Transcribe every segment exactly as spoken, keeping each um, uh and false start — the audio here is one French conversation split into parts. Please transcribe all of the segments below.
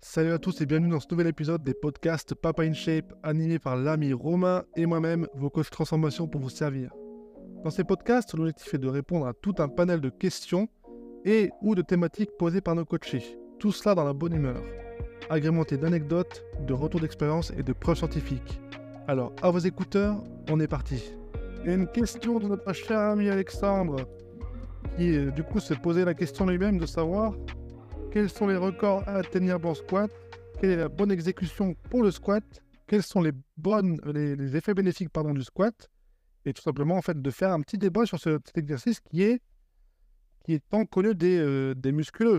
Salut à tous et bienvenue dans ce nouvel épisode des podcasts Papa in Shape, animé par l'ami Romain et moi-même, vos coachs transformation pour vous servir. Dans ces podcasts, l'objectif est de répondre à tout un panel de questions et ou de thématiques posées par nos coachés. Tout cela dans la bonne humeur, agrémenté d'anecdotes, de retours d'expérience et de preuves scientifiques. Alors, à vos écouteurs, on est parti. Et une question de notre cher ami Alexandre, qui euh, du coup se posait la question lui-même de savoir quels sont les records atteignables en squat, quelle est la bonne exécution pour le squat, quels sont les, bonnes, les, les effets bénéfiques pardon, du squat, et tout simplement en fait de faire un petit débat sur ce, cet exercice qui est, qui est tant connu des, euh, des musculeux.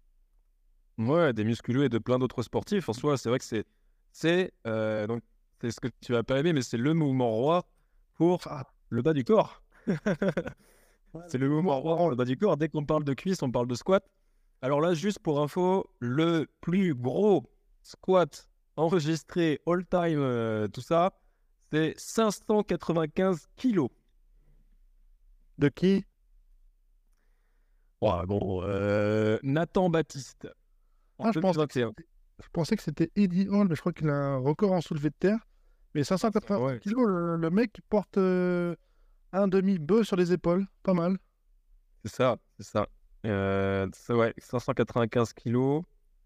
Ouais, des musculeux et de plein d'autres sportifs. En soi, c'est vrai que c'est, c'est, euh, donc, c'est ce que tu vas pas aimer, mais c'est le mouvement roi pour Ah, le bas du corps. C'est le mouvement roi pour le bas du corps. Dès qu'on parle de cuisse, on parle de squat. Alors là, juste pour info, le plus gros squat enregistré all-time, euh, tout ça, c'est cinq cent quatre-vingt-quinze kilos. de qui? Ouais, bon, euh, Nathan Baptiste, en Ah, je, pense, deux mille vingt et un. je pensais que c'était Eddie Hall, mais je crois qu'il a un record en soulevé de terre. Mais cinq cent quatre-vingts Ouais, kilos, le, le mec il porte euh, un demi-bœuf sur les épaules, pas mal. c'est ça, c'est ça. Euh, c'est- ouais, cinq cent quatre-vingt-quinze kilos.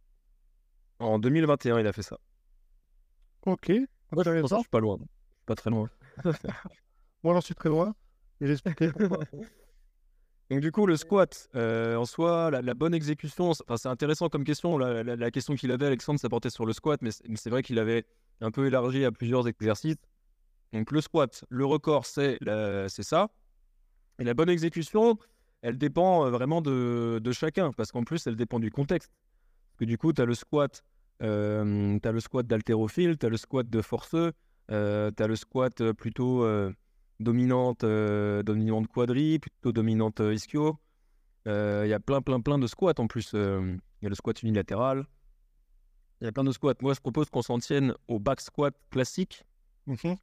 En deux mille vingt et un, il a fait ça. Ok, Moi, je pense que je intéressant. suis pas loin. Je suis pas très loin. Moi j'en suis très loin, et j'expliquerai pourquoi. Donc du coup, le squat, euh, en soi, la, la bonne exécution, c'est- enfin, c'est intéressant comme question. La, la- la question qu'il avait, Alexandre, ça portait sur le squat, mais c'est mais c'est vrai qu'il avait un peu élargi à plusieurs exercices. Donc le squat, le record, c'est la- c'est ça. Et la bonne exécution, elle dépend euh, vraiment de, de chacun, parce qu'en plus, elle dépend du contexte. Parce que du coup, tu as le squat, euh, tu as le squat d'haltérophile, tu as le squat de forceux, euh, tu as le squat euh, plutôt euh, dominante, euh, dominante quadri, plutôt dominante euh, ischio. Euh, Il y a plein, plein, plein de squats en plus. euh, Il y a le squat unilatéral. Il y a plein de squats. Moi, je propose qu'on s'en tienne au back squat classique. Mhm.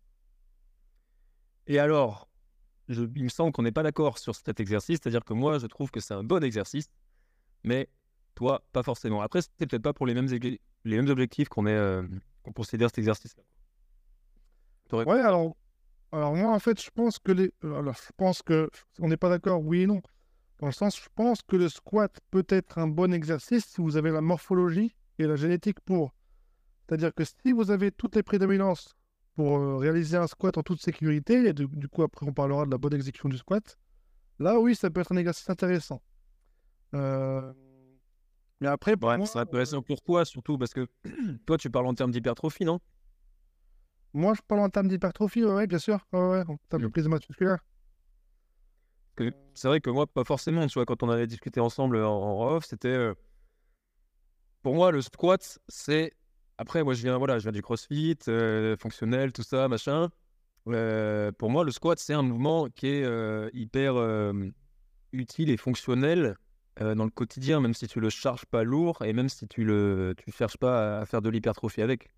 Et alors, je- il me semble qu'on n'est pas d'accord sur cet exercice. C'est-à-dire que moi, je trouve que c'est un bon exercice, mais toi, pas forcément. Après, c'est peut-être pas pour les mêmes, égé- les mêmes objectifs qu'on est, euh, qu'on considère cet exercice-là. T'aurais Ouais, quoi? alors, alors moi en fait je pense que les... euh, Alors je pense que on n'est pas d'accord, oui et non. Dans le sens, je pense que le squat peut être un bon exercice si vous avez la morphologie et la génétique pour. C'est-à-dire que si vous avez toutes les prédominances pour euh, réaliser un squat en toute sécurité, et du, du coup après on parlera de la bonne exécution du squat, là oui, ça peut être un exercice intéressant. Euh, Mais après, pour Ouais, moi, c'est euh, intéressant pour toi, surtout parce que toi, tu parles en termes d'hypertrophie, non? moi je parle en termes d'hypertrophie, ouais, ouais, bien sûr, ouais, ouais, en termes de Mm. prise de masse musculaire. Parce que c'est vrai que moi, pas forcément. Tu vois, quand on avait discuté ensemble en, en off, c'était euh, pour moi le squat, c'est après moi je viens voilà, je viens du CrossFit, euh, fonctionnel, tout ça, machin. Euh, pour moi, le squat, c'est un mouvement qui est euh, hyper euh, utile et fonctionnel euh, dans le quotidien, même si tu le charges pas lourd et même si tu le tu cherches pas à, à faire de l'hypertrophie avec.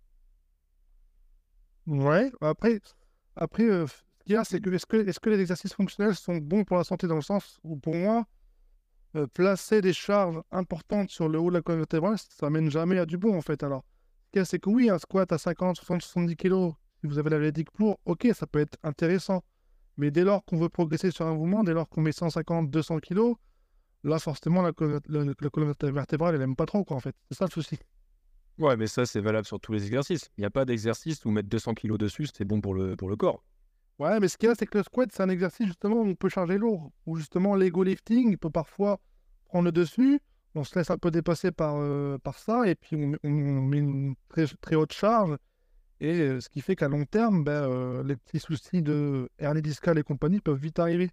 Ouais, après, après euh, ce qu'il y a, c'est que est-ce que, est-ce que les exercices fonctionnels sont bons pour la santé dans le sens où pour moi, euh, placer des charges importantes sur le haut de la colonne vertébrale, ça mène jamais à du bon en fait. Alors, ce qu'il y a, c'est que oui, un squat à cinquante, soixante, soixante-dix kilos, si vous avez la génétique pour, ok, ça peut être intéressant. Mais dès lors qu'on veut progresser sur un mouvement, dès lors qu'on met cent cinquante, deux cents kilos, là forcément la colonne, la, la colonne vertébrale, elle aime pas trop quoi en fait. C'est ça le souci. Ouais, mais ça, c'est valable sur tous les exercices. Il n'y a pas d'exercice où mettre deux cents kilos dessus, c'est bon pour le, pour le corps. Ouais, mais ce qu'il y a, c'est que le squat, c'est un exercice justement où on peut charger lourd, où justement l'ego lifting peut parfois prendre le dessus, on se laisse un peu dépasser par, euh, par ça, et puis on, on- on met une très, très haute charge, et euh, ce qui fait qu'à long terme, ben, euh, les petits soucis de hernie discale et compagnie peuvent vite arriver.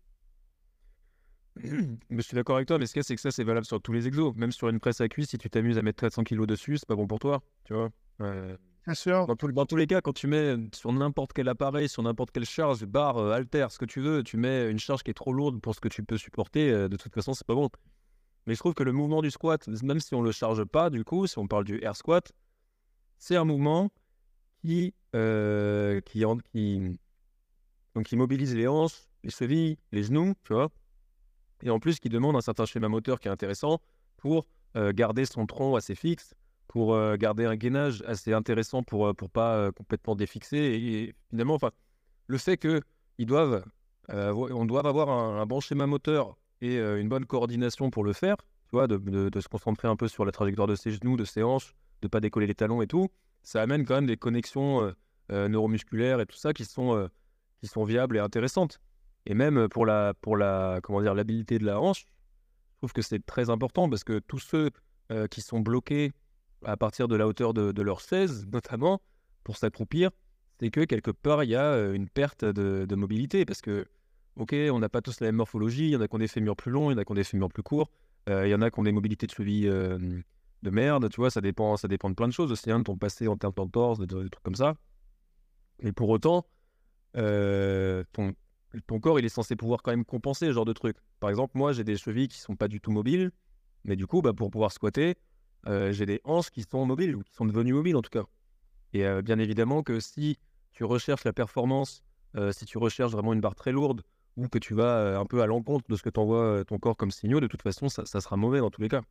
Mais je suis d'accord avec toi, mais ce qu'il y a, c'est que ça, c'est valable sur tous les exos. Même sur une presse à cuisse, si tu t'amuses à mettre quatre cents kilos dessus, c'est pas bon pour toi, tu vois. Euh, Bien sûr. dans, tout- dans tous les cas, quand tu mets sur n'importe quel appareil, sur n'importe quelle charge, barre, euh, haltère, ce que tu veux, tu mets une charge qui est trop lourde pour ce que tu peux supporter, euh, de toute façon, c'est pas bon. Mais je trouve que le mouvement du squat, même si on le charge pas, du coup, si on parle du air squat, c'est un mouvement qui, euh, qui, en- qui, donc, qui mobilise les hanches, les chevilles, les genoux, tu vois. Et en plus, qui demande un certain schéma moteur qui est intéressant pour euh, garder son tronc assez fixe, pour euh, garder un gainage assez intéressant pour ne pas euh, complètement défixer. Et, et finalement, enfin, le fait qu'ils doivent, euh, on doit avoir un, un bon schéma moteur et euh, une bonne coordination pour le faire, tu vois, de, de, de se concentrer un peu sur la trajectoire de ses genoux, de ses hanches, de ne pas décoller les talons et tout, ça amène quand même des connexions euh, euh, neuromusculaires et tout ça qui sont, euh, qui sont viables et intéressantes. Et même pour la, pour la, comment dire, l'habilité de la hanche, je trouve que c'est très important parce que tous ceux euh, qui sont bloqués à partir de la hauteur de, de leur chaise, notamment, pour s'accroupir, c'est que quelque part, il y a euh, une perte de, de mobilité parce que, ok, on n'a pas tous la même morphologie, il y en a qui ont des fémurs plus longs, il y en a qui ont des fémurs plus courts, euh, il y en a qui ont des mobilités de cheville euh, de merde, tu vois, ça dépend, ça dépend de plein de choses aussi, hein, de ton passé en termes d'entorse, de, de, de trucs comme ça. Mais pour autant, euh, ton, ton corps, il est censé pouvoir quand même compenser ce genre de trucs. Par exemple, moi, j'ai des chevilles qui sont pas du tout mobiles, mais du coup, bah, pour pouvoir squatter, euh, j'ai des hanches qui sont mobiles, ou qui sont devenues mobiles en tout cas. Et euh, bien évidemment que si tu recherches la performance, euh, si tu recherches vraiment une barre très lourde, ou que tu vas euh, un peu à l'encontre de ce que t'envoie euh, ton corps comme signaux, de toute façon, ça, ça sera mauvais dans tous les cas.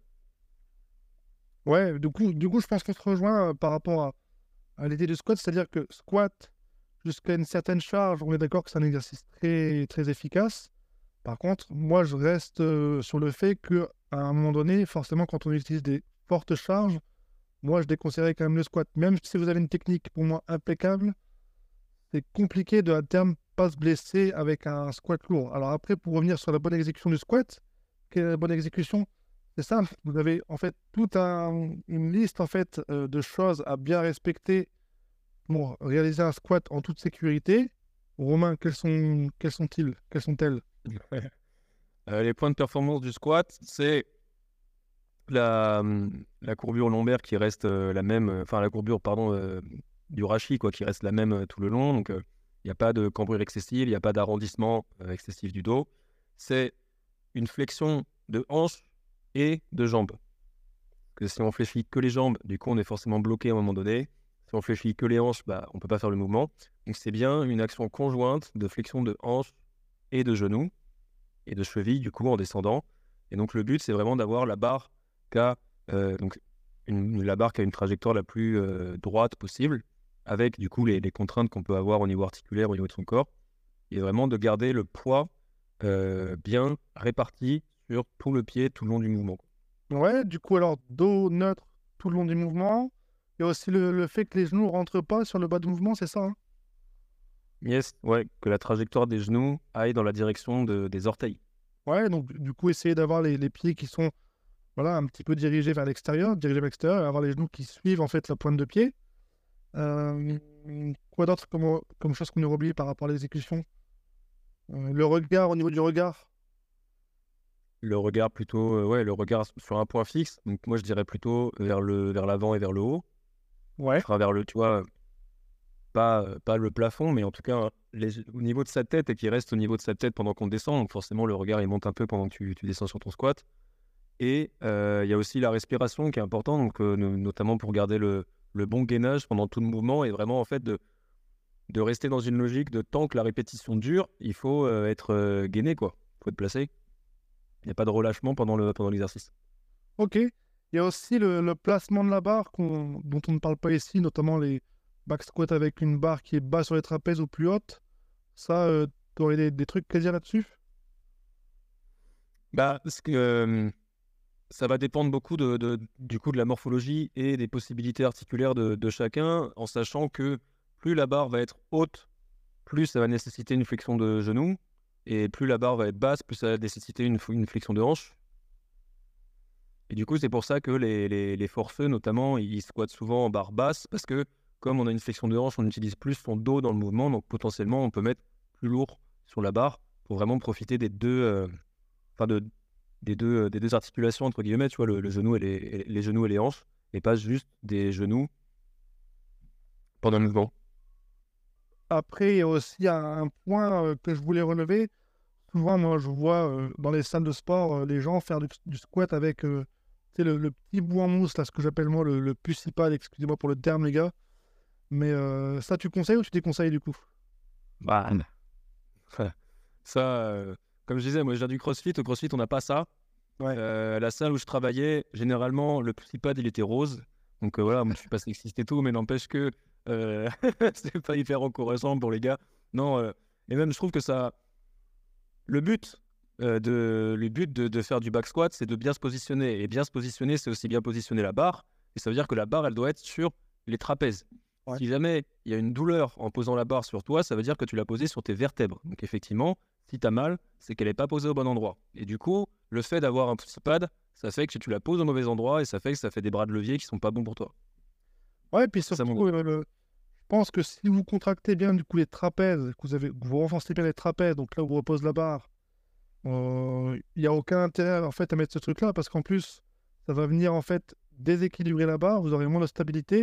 Ouais, du coup, du coup je pense qu'on se rejoint euh, par rapport à, à l'idée du squat, c'est-à-dire que squat jusqu'à une certaine charge, on est d'accord que c'est un exercice très, très efficace. Par contre, moi, je reste euh, sur le fait qu'à un moment donné, forcément, quand on utilise des fortes charges, moi, je déconseillerais quand même le squat. Même si vous avez une technique pour moi impeccable, c'est compliqué de à terme pas se blesser avec un squat lourd. Alors après, pour revenir sur la bonne exécution du squat, quelle est la bonne exécution? C'est simple, vous avez en fait toute un, une liste en fait euh, de choses à bien respecter pour réaliser un squat en toute sécurité. Romain, quels sont quels sont-ils? Quelles sont-elles? Euh, les points de performance du squat, c'est la, la courbure lombaire qui reste euh, la même, euh, enfin la courbure, pardon, euh, du rachis, quoi, qui reste la même euh, tout le long. Donc, il n'y a pas de cambrure excessive, il n'y a pas d'arrondissement euh, excessif du dos. C'est une flexion de hanche et de jambes. Que si on fléchit que les jambes, du coup, on est forcément bloqué à un moment donné. Si on fléchit que les hanches, bah, on ne peut pas faire le mouvement. Donc, c'est bien une action conjointe de flexion de hanche et de genoux et de cheville, du coup, en descendant. Et donc, le but, c'est vraiment d'avoir la barre qui a, euh, donc, une, la barre qui a une trajectoire la plus euh, droite possible, avec, du coup, les, les contraintes qu'on peut avoir au niveau articulaire, au niveau de son corps, et vraiment de garder le poids euh, bien réparti sur tout le pied, tout le long du mouvement. Ouais, du coup, alors, dos neutre tout le long du mouvement. Il y a aussi le, le fait que les genoux ne rentrent pas sur le bas du mouvement, c'est ça, hein? Yes, ouais, que la trajectoire des genoux aille dans la direction de, des orteils. Ouais, donc du du coup, essayer d'avoir les, les pieds qui sont voilà, un petit peu dirigés vers l'extérieur, dirigés vers l'extérieur, et avoir les genoux qui suivent en fait la pointe de pied. Euh, quoi d'autre comme, comme chose qu'on aurait oublié par rapport à l'exécution? Euh, le regard, au niveau du regard. Le regard plutôt, euh, ouais, le regard sur un point fixe. Donc moi je dirais plutôt vers le, vers l'avant et vers le haut. Ouais. Enfin vers le, tu vois, pas, euh, pas le plafond, mais en tout cas hein, les, au niveau de sa tête et qui reste au niveau de sa tête pendant qu'on descend. Donc forcément le regard il monte un peu pendant que tu, tu descends sur ton squat. Et euh, il y a aussi la respiration qui est importante, donc euh, no- notamment pour garder le, le bon gainage pendant tout le mouvement et vraiment en fait de, de rester dans une logique de tant que la répétition dure, il faut euh, être euh, gainé quoi, il faut être placé. Il n'y a pas de relâchement pendant le, pendant l'exercice. Ok. Il y a aussi le, le placement de la barre qu'on- dont on ne parle pas ici, notamment les back squats avec une barre qui est bas sur les trapèzes ou plus haute. Ça, euh, tu aurais des, des trucs à dire là-dessus? Bah, parce que euh, ça va dépendre beaucoup de, de- du coup de la morphologie et des possibilités articulaires de, de chacun, en sachant que plus la barre va être haute, plus ça va nécessiter une flexion de genou, et plus la barre va être basse, plus ça va nécessiter une, f- une flexion de hanche. Et du coup, c'est pour ça que les, les, les forceux, notamment, ils squattent souvent en barre basse, parce que comme on a une flexion de hanche, on utilise plus son dos dans le mouvement, donc potentiellement, on peut mettre plus lourd sur la barre pour vraiment profiter des deux, euh, enfin de, des, deux, des deux articulations, entre guillemets, tu vois, le, le genou et les, et les genoux et les hanches, et pas juste des genoux pendant le mouvement. Après, il y a aussi un, un point euh, que je voulais relever. Souvent, moi, je vois euh, dans les salles de sport euh, les gens faire du, du squat avec euh, tu sais, le, le petit bout en mousse, là, ce que j'appelle moi le, le pucipal, excusez-moi pour le terme, les gars. Mais euh, ça, tu conseilles ou tu déconseilles du coup? Bah, ça, euh, comme je disais, moi je viens du CrossFit. Au CrossFit, on n'a pas ça. Ouais. Euh, la salle où je travaillais, généralement, le pad il était rose. Donc euh, voilà, moi je suis pas sexiste et tout, mais n'empêche que euh, c'est pas hyper encourageant pour les gars. Non, euh, et même je trouve que ça, le but, euh, de, le but de, de faire du back squat, c'est de bien se positionner. Et bien se positionner, c'est aussi bien positionner la barre. Et ça veut dire que la barre, elle doit être sur les trapèzes. Ouais. Si jamais il y a une douleur en posant la barre sur toi, ça veut dire que tu l'as posée sur tes vertèbres. Donc effectivement, si tu as mal, c'est qu'elle n'est pas posée au bon endroit. Et du coup, le fait d'avoir un push pad, ça fait que tu la poses au mauvais endroit et ça fait que ça fait des bras de levier qui sont pas bons pour toi. Ouais, et puis C'est ça mon surtout, euh, le- je pense que si vous contractez bien du coup les trapèzes, que vous, avez, que vous renforcez bien les trapèzes, donc là où vous repose la barre, euh, il n'y a aucun intérêt en fait à mettre ce truc-là parce qu'en plus, ça va venir en fait déséquilibrer la barre, vous aurez moins de stabilité.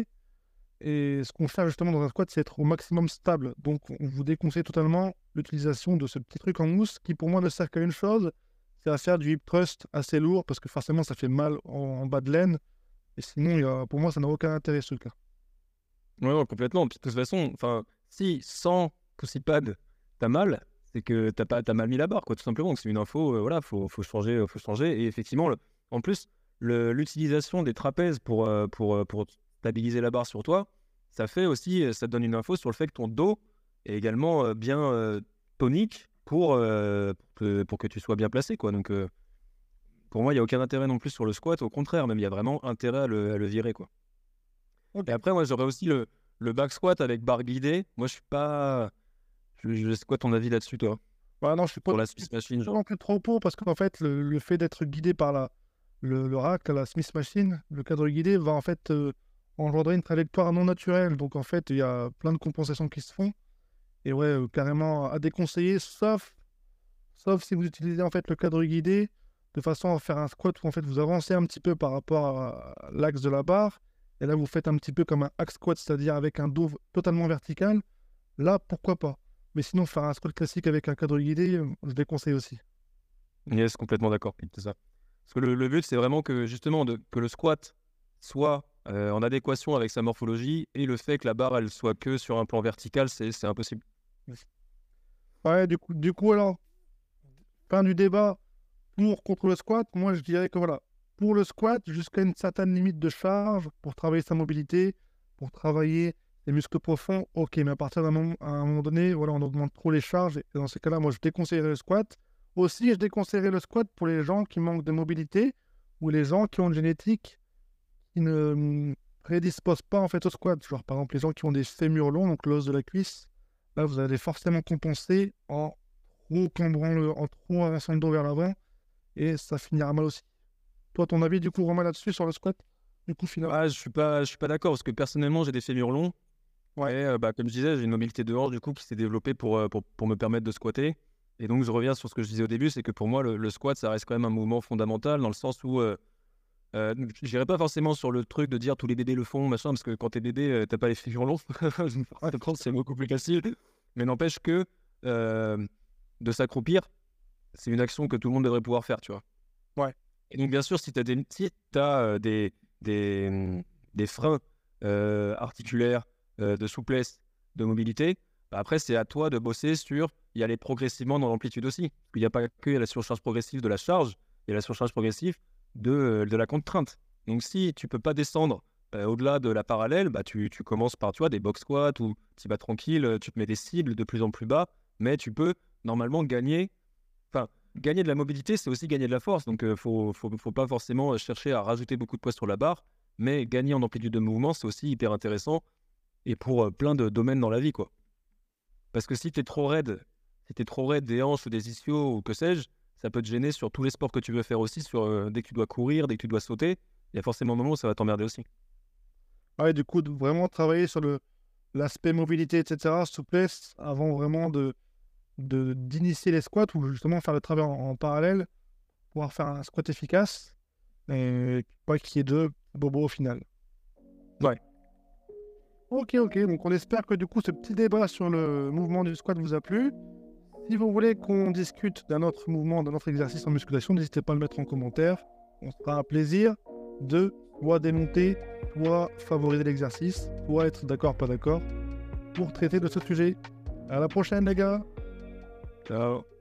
Et ce qu'on cherche justement dans un squat, c'est être au maximum stable. Donc, on vous déconseille totalement l'utilisation de ce petit truc en mousse qui, pour moi, ne sert qu'à une chose, c'est à faire du hip thrust assez lourd parce que forcément, ça fait mal en, en bas de laine. Et sinon, il y a, pour moi, ça n'a aucun intérêt ce truc-là. Ouais, ouais, complètement. Puis de toute façon, enfin, si sans pussy pad, t'as mal, c'est que t'as pas, t'as mal mis la barre, quoi, tout simplement. Donc, c'est une info, euh, voilà, faut, faut changer, euh, faut changer. Et effectivement, le- en plus, le- l'utilisation des trapèzes pour, euh, pour, euh, pour stabiliser la barre sur toi, ça fait aussi, euh, ça te donne une info sur le fait que ton dos est également euh, bien euh, tonique pour, euh, pour, que, pour que tu sois bien placé, quoi. Donc, euh, pour moi, il n'y a aucun intérêt non plus sur le squat. Au contraire, même, il y a vraiment intérêt à le, à le virer, quoi. Ok. Et après, moi, j'aurais aussi le, le back squat avec barre guidée. Moi, je suis pas. Je, je... C'est quoi ton avis là-dessus, toi? Bah non, je suis pas, Sur la je suis Swiss Machine, pas genre. non plus trop pour parce qu'en fait, le, le fait d'être guidé par la, le, le rack, la Smith Machine, le cadre guidé va en fait euh, engendrer une trajectoire non naturelle. Donc, en fait, il y a plein de compensations qui se font. Et ouais, euh, carrément à déconseiller, sauf Sauf si vous utilisez en fait le cadre guidé de façon à faire un squat où en fait vous avancez un petit peu par rapport à l'axe de la barre. Et là, vous faites un petit peu comme un hack squat, c'est-à-dire avec un dos totalement vertical. Là, pourquoi pas. Mais sinon, faire un squat classique avec un cadre guidé, euh, je déconseille aussi. Yes, complètement d'accord. C'est ça. Parce que le, le but, c'est vraiment que, justement, de, que le squat soit euh, en adéquation avec sa morphologie et le fait que la barre, elle soit que sur un plan vertical, c'est c'est impossible. Ouais, du coup, du coup, alors, fin du débat pour contre le squat. Moi, je dirais que voilà, pour le squat, jusqu'à une certaine limite de charge, pour travailler sa mobilité, pour travailler les muscles profonds, ok, mais à partir d'un moment, à un moment donné, voilà, on augmente trop les charges. Et dans ces cas-là, moi, je déconseillerais le squat. Aussi, je déconseillerais le squat pour les gens qui manquent de mobilité ou les gens qui ont une génétique qui ne hum, prédispose pas en fait au squat. Genre, par exemple, les gens qui ont des fémurs longs, donc l'os de la cuisse, là, vous allez forcément compenser en trop cambrant le, en trop avançant le dos vers l'avant et ça finira mal aussi. Toi, ton avis, du coup, Romain, là-dessus, sur le squat, du coup, final. Ah, je suis pas, je suis pas d'accord parce que personnellement, j'ai des fémurs longs. Ouais. Et euh, bah, comme je disais, j'ai une mobilité de hanche du coup qui s'est développée pour, euh, pour, pour me permettre de squatter. Et donc, je reviens sur ce que je disais au début, c'est que pour moi, le, le squat, ça reste quand même un mouvement fondamental dans le sens où euh, euh, je n'irai pas forcément sur le truc de dire tous les bébés le font, machin, parce que quand t'es bébé, euh, t'as pas les fémurs longs. C'est beaucoup plus facile. Mais n'empêche que euh, de s'accroupir, c'est une action que tout le monde devrait pouvoir faire, tu vois. Ouais. Et donc, bien sûr, si tu as des, si t'as, euh, des, des, hum, des freins euh, articulaires, euh, de souplesse, de mobilité, bah après, c'est à toi de bosser sur y aller progressivement dans l'amplitude aussi. Il n'y a pas que la surcharge progressive de la charge, il y a la surcharge progressive de, euh, de la contrainte. Donc, si tu peux pas descendre euh, au-delà de la parallèle, bah, tu, tu commences par tu vois, des box squats ou tu vas tranquille, euh, tu te mets des cibles de plus en plus bas, mais tu peux normalement gagner. Enfin, gagner de la mobilité, c'est aussi gagner de la force. Donc, il ne faut, faut, faut pas forcément chercher à rajouter beaucoup de poids sur la barre, mais gagner en amplitude de mouvement, c'est aussi hyper intéressant et pour euh, plein de domaines dans la vie, quoi. Parce que si tu es trop raide, si tu es trop raide des hanches ou des ischios ou que sais-je, ça peut te gêner sur tous les sports que tu veux faire aussi, sur, euh, dès que tu dois courir, dès que tu dois sauter, il y a forcément un moment où ça va t'emmerder aussi. Ouais, du coup, de vraiment travailler sur le, l'aspect mobilité, et cetera, souplesse, avant vraiment de, de, d'initier les squats ou justement faire le travail en, en parallèle, pouvoir faire un squat efficace et pas qu'il y ait deux bobos au final. Ouais. Ok, ok, donc on espère que du coup ce petit débat sur le mouvement du squat vous a plu. Si vous voulez qu'on discute d'un autre mouvement, d'un autre exercice en musculation, n'hésitez pas à le mettre en commentaire. On se fera un plaisir de soit démonter, soit favoriser l'exercice, soit être d'accord, pas d'accord, pour traiter de ce sujet. À la prochaine les gars. Ciao.